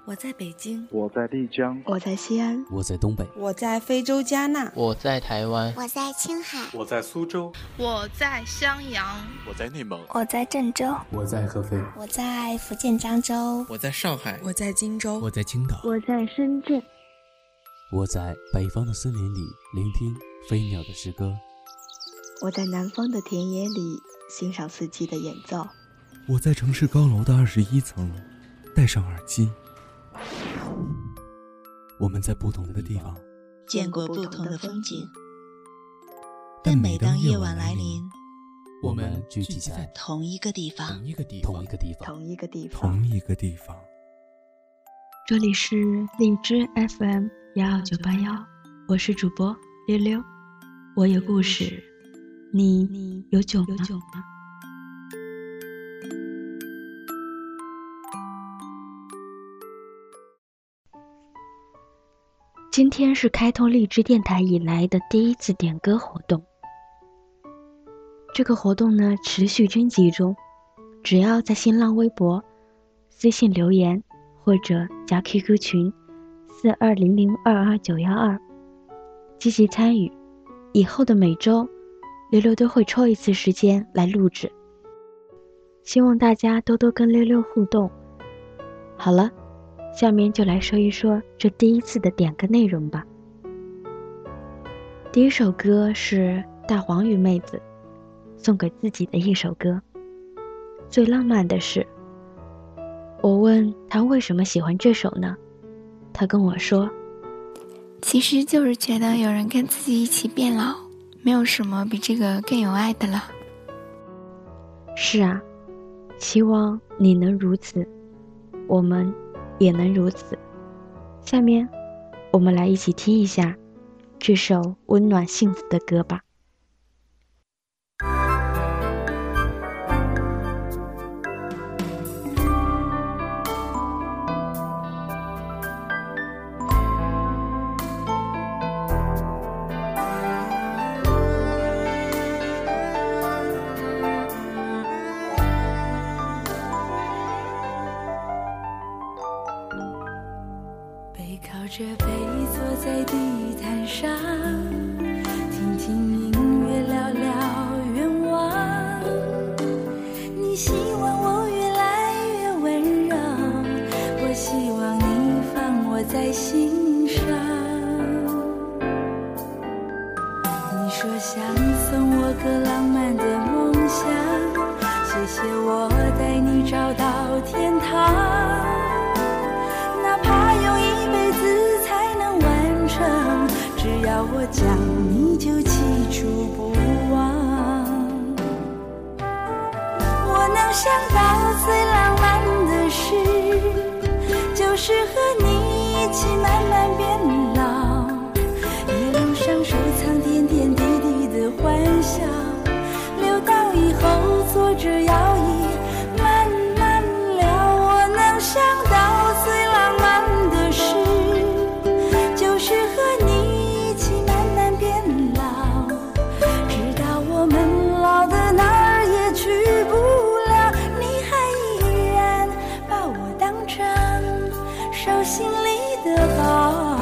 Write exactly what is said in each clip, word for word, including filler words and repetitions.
我在北京， 我在丽江， 我在西安， 我在东北， 我在非洲加纳， 我在台湾， 我在青海， 我在苏州， 我在襄阳， 我在内蒙， 我在郑州， 我在合肥， 我在福建漳州， 我在上海， 我在荆州， 我在青岛， 我在深圳， 我在北方的森林里聆听飞鸟的诗歌， 我在南方的田野里欣赏四季的演奏， 我在城市高楼的二十一层戴上耳机。我们在不同的地方见过不同的风景，但每当夜晚来临， 我们聚集在同一个地方， 同一个地方，同一个地方， 同一个地方， 同一个地方。 这里是荔枝 F M 幺二九八幺，我是主播溜溜，我有故事，你有酒吗？今天是开通荔枝电台以来的第一次点歌活动。这个活动呢，持续征集中，只要在新浪微博私信留言或者加 Q Q 群四二零零二二九一二积极参与，以后的每周溜溜都会抽一次时间来录制，希望大家多多跟溜溜互动。好了，下面就来说一说这第一次的点歌内容吧。第一首歌是大黄鱼妹子送给自己的一首歌。最浪漫的是，我问她为什么喜欢这首呢？她跟我说， 其实就是觉得有人跟自己一起变老，没有什么比这个更有爱的了。 是啊，希望你能如此，我们也能如此。下面我们来一起听一下这首温暖幸福的歌吧。 这杯坐在地毯上，听听音乐，聊聊愿望。你希望我越来越温柔，我希望你放我在心上。你说想送我个浪漫的梦想，谢谢我带你找到天堂。哪怕用一辈子才能完成，只要我讲你就记住不忘。我能想到最浪漫的事，就是和你一起慢慢变老，一路上收藏点点滴滴的欢笑，留到以后坐着摇椅慢慢聊。我能想到最浪漫的事，就是和你一起慢慢变老，直到我们老的哪儿也去不了，你还依然把我当成手心里的宝。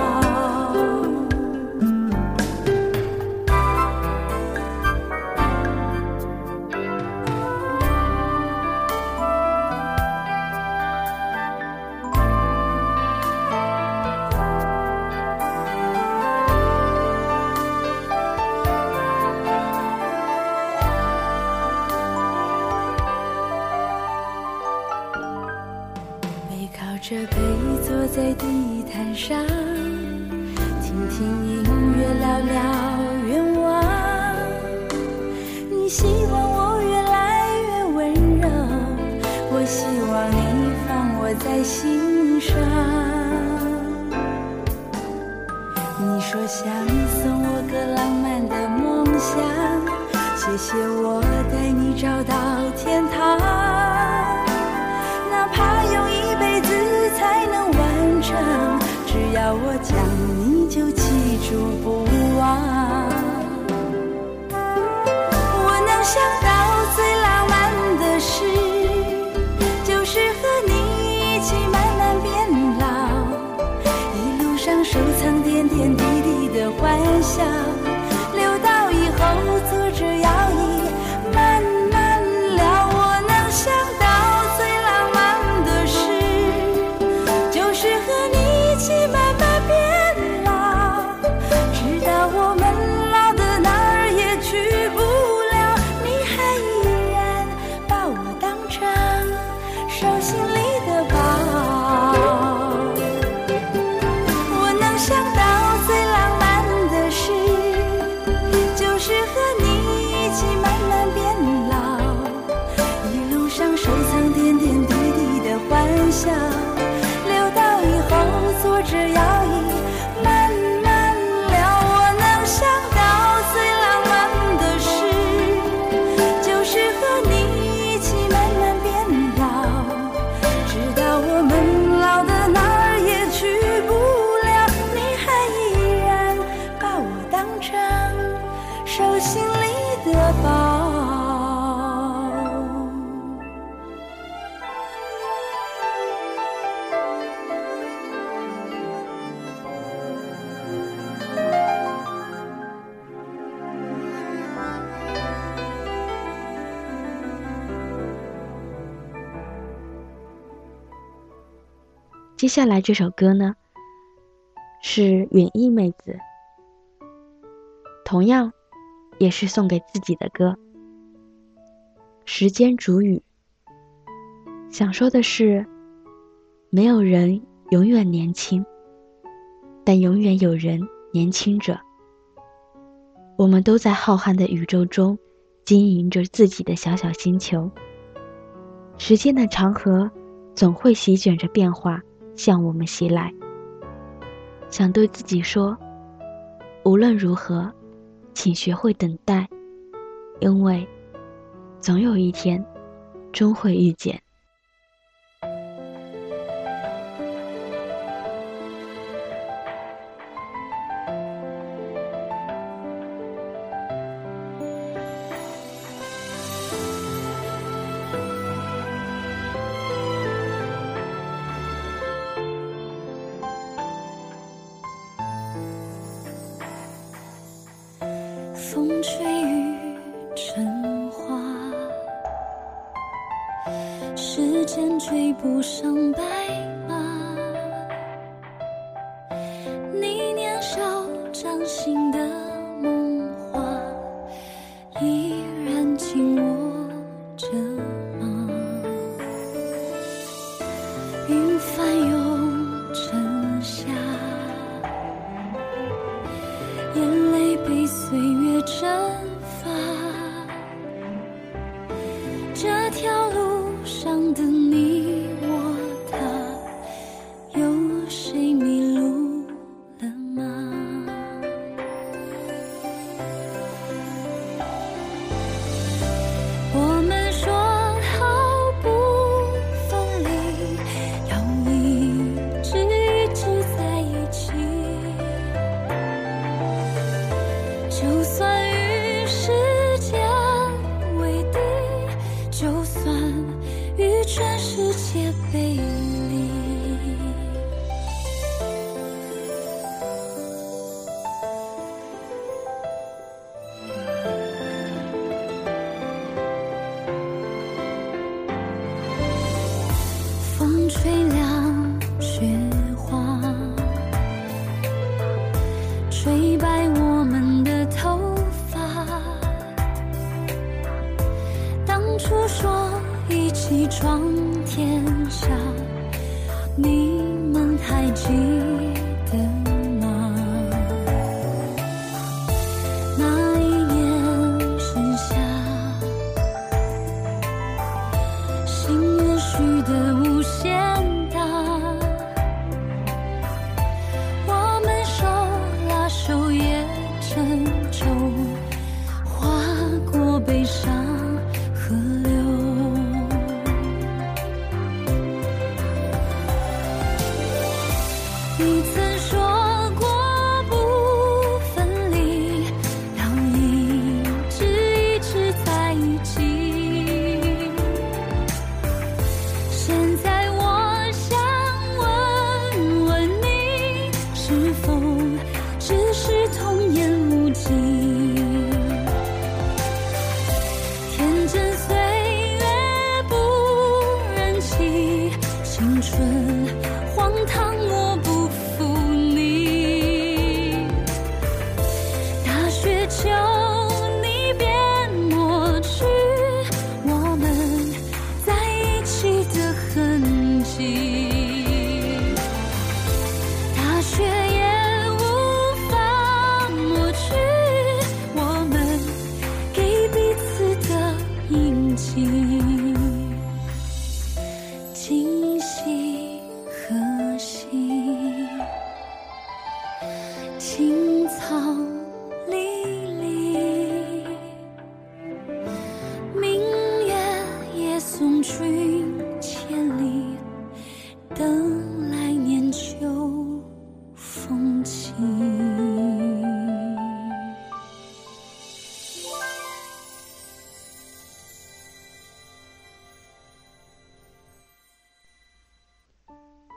这杯坐在地毯上，听听音乐，聊聊愿望。你希望我越来越温柔，我希望你放我在心上。你说想送我个浪漫的梦想，谢谢我带你找到天堂。哪怕用一辈子才能完成，只要我讲你就记住不忘。我能想到最浪漫的事，就是和你一起慢慢变老， 着摇椅慢慢聊。我能想到最浪漫的事，就是和你一起慢慢变老，直到我们老的哪儿也去不了，你还依然把我当成手心里的宝。 接下来这首歌呢，是允意妹子，同样也是送给自己的歌。时间煮雨，想说的是，没有人永远年轻，但永远有人年轻着。我们都在浩瀚的宇宙中经营着自己的小小星球，时间的长河总会席卷着变化向我们袭来。想对自己说，无论如何，请学会等待，因为总有一天终会遇见。 风吹雨成花，时间追不上白马，你年少掌心的梦话依然紧握着吗？云翻涌成夏，眼泪被岁月蒸发，这条路上的你我他，有谁迷路了吗？我们说好不分离，要一直一直在一起，就算与时间为敌，就算与全世界背离。风吹凉雪花，吹白我们的头发，当初说一起闯天下，你们还记得吗？那一年盛夏，心愿许得无限大，我们手拉手也沉重，划过悲伤河流。你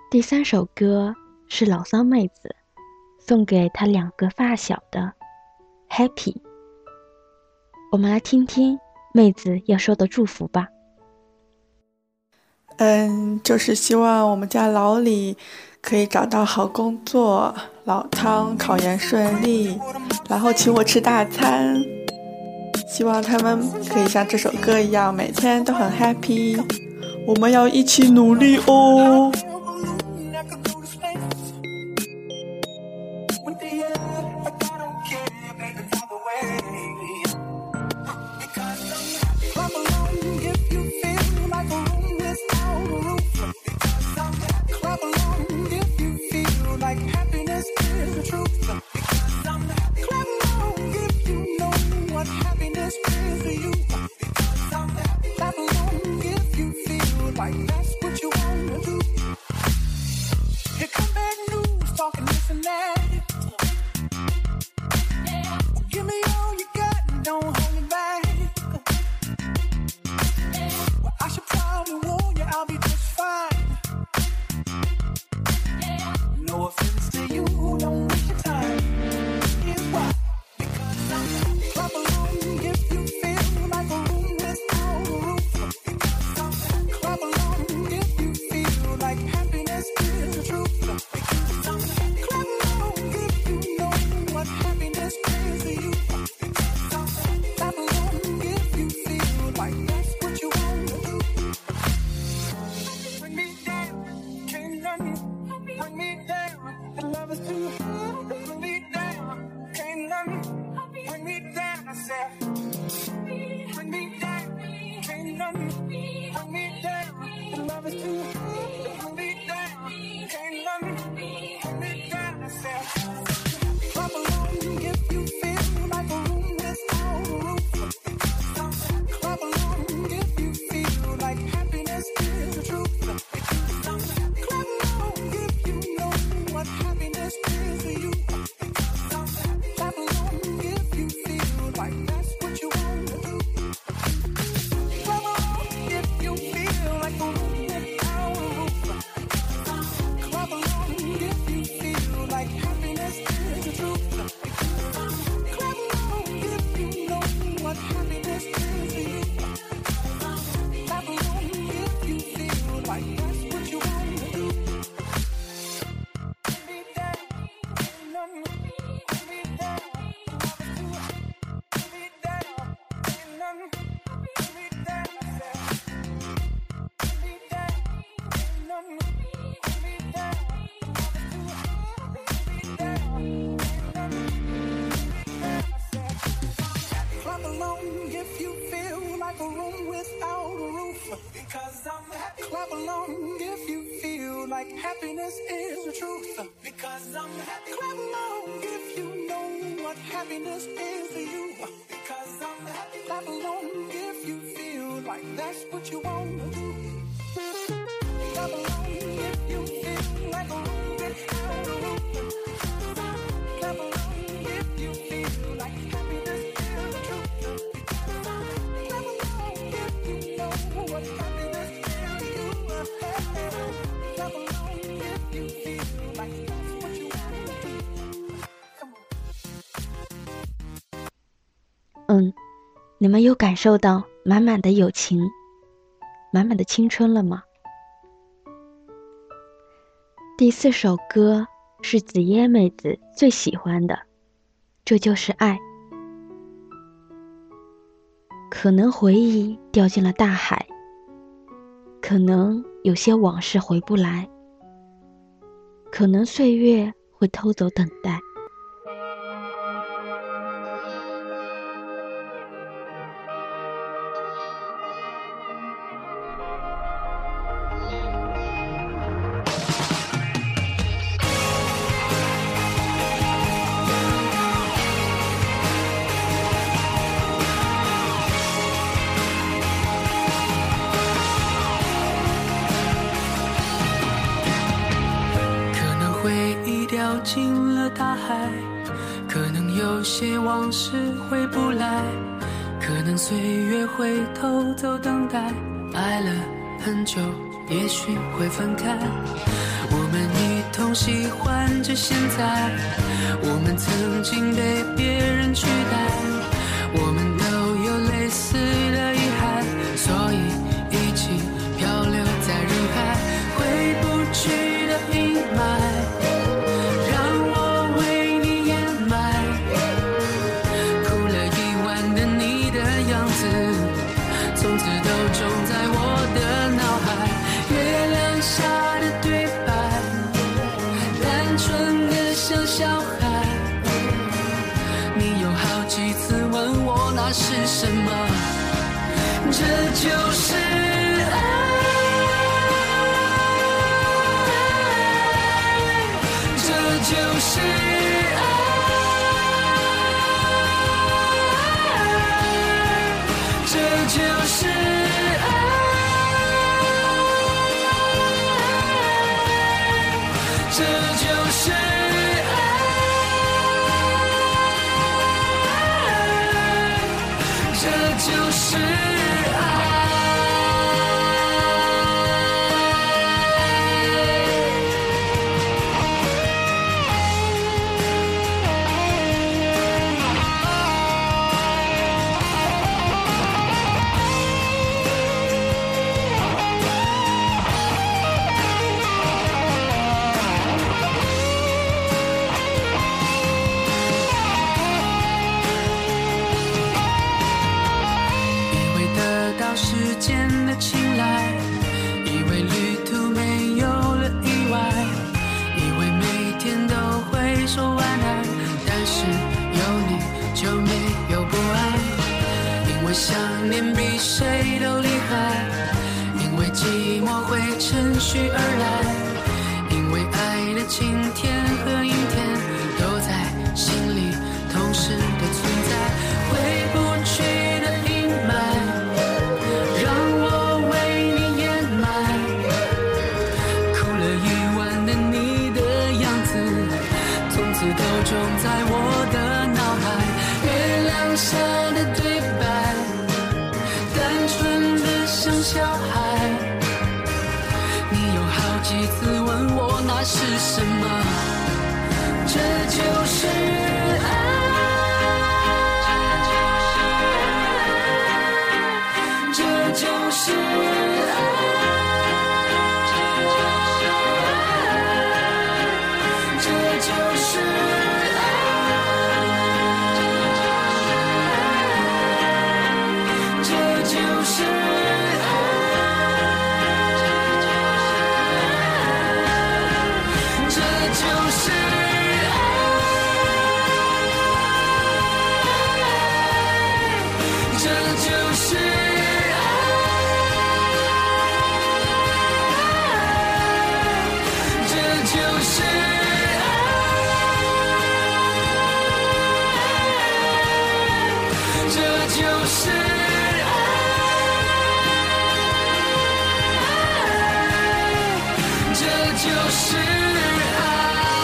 第三首歌是老桑妹子送给她两个发小的 Happy。 我们来听听妹子要说的祝福吧。 嗯，就是希望我们家老李可以找到好工作，老汤考研顺利，然后请我吃大餐。希望他们可以像这首歌一样，每天都很 happy。我们要一起努力哦。 Clap along if you feel like happiness is the truth. Because I'm happy. Clap along if you know what happiness is to you. Because I'm happy. Clap along if you feel like that's what you want to do. Clap along if you feel like a room without a roof. Clap along if you feel like happiness is the truth. Clap along if you know what happiness is to you. Clap along if you feel like that's what you want to do. Come on. 嗯，你们有感受到满满的友情，满满的青春了吗？第四首歌是紫椰妹子最喜欢的，这就是爱。可能回忆掉进了大海，可能有些往事回不来，可能岁月会偷走等待。 掉进了大海，可能有些往事回不来，可能岁月会偷走等待，爱了很久也许会分开。 我们一同喜欢着现在，我们曾经被别人取代，我们都有类似的遗憾，所以一起漂流在人海，回不去的阴霾让我为你掩埋，哭了一晚的你的样子从此都种在我的脑海，月亮下的对白单纯的像小孩，你有好几次问我那是什么，这就是爱，这就是爱，这就是爱，这就是爱，这就是爱。时间的青睐，以为旅途没有了意外，以为每天都会说晚安，但是有你就没有不安，因为想念比谁都厉害，因为寂寞会趁虚而来，因为爱的晴天和阴天都在心里同时的存在，回不去的阴霾都种在我的脑海，月亮下的对白单纯的像小孩，你有好几次问我那是什么，这就是爱，这就是爱，这就是爱，这就是爱，这就是爱，这就是爱，这就是爱，这就是爱，这就是爱。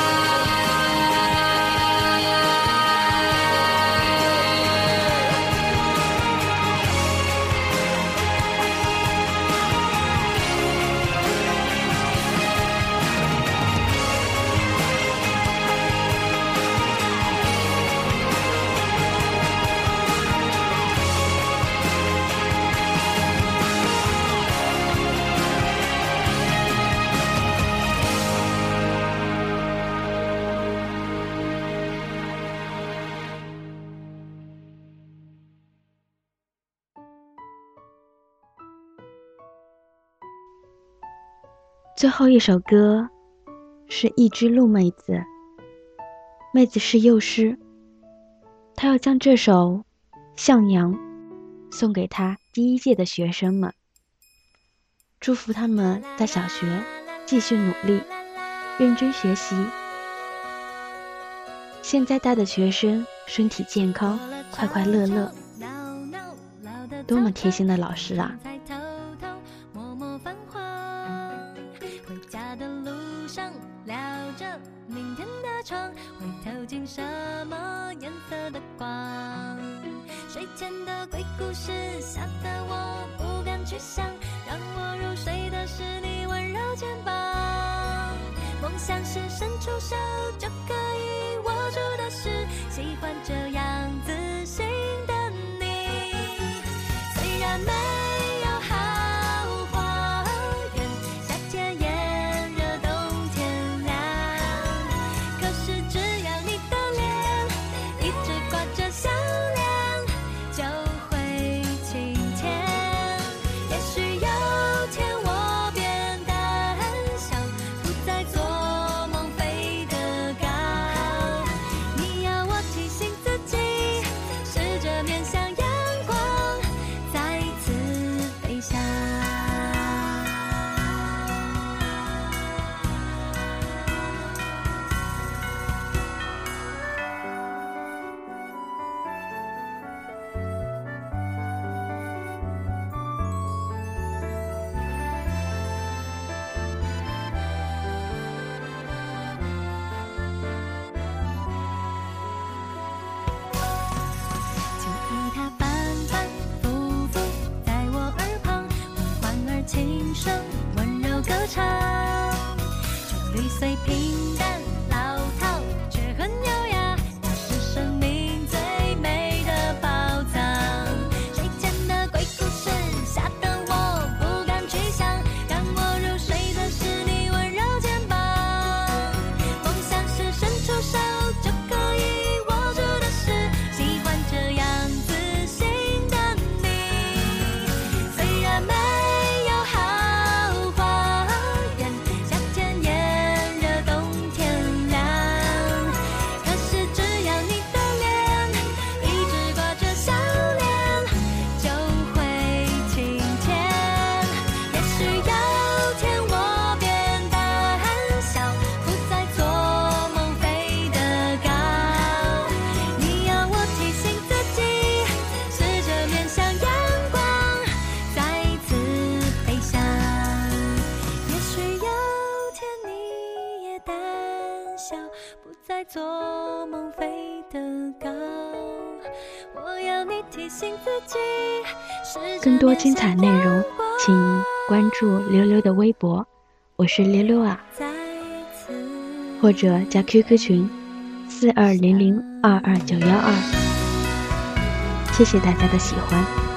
最后一首歌是一只鹿妹子，妹子是幼师，她要将这首《向阳》送给她第一届的学生们，祝福他们在小学继续努力，认真学习。现在带的学生身体健康，快快乐乐，多么贴心的老师啊！ 什么颜色的光？睡前的鬼故事吓得我不敢去想，让我入睡的是你温柔肩膀。 梦想是伸出手就可以握住的事，喜欢这样自信的你。虽然没有豪华园，夏天炎热冬天凉，可是只要你的脸一直挂着笑脸，就会晴天。也许有天我变胆小，不再做梦飞得高，你要我提醒自己，试着面向阳光，再次飞翔。就依它反反复复在我耳旁，缓缓而轻声温柔歌唱。这绿虽平淡老套，却很优雅，它是生命最美的宝藏。睡前的鬼故事吓得我不敢去想，让我入睡的是你温柔肩膀。梦想是伸出手就可以握住的事，喜欢这样自信的你。虽然没有豪华园，夏天炎热冬天凉，可是只要你的脸一直挂着笑脸，就会晴天。也许有天我变胆小，不再做梦飞得高，你要我提醒自己，试着面向阳光，再次飞翔。也许有天你也胆小，不再做梦飞得高，我要你提醒自己，试着更多精彩内容请关注溜溜的微博，我是溜溜啊，或者加 Q Q 群四二零零二二九一二。谢谢大家的喜欢。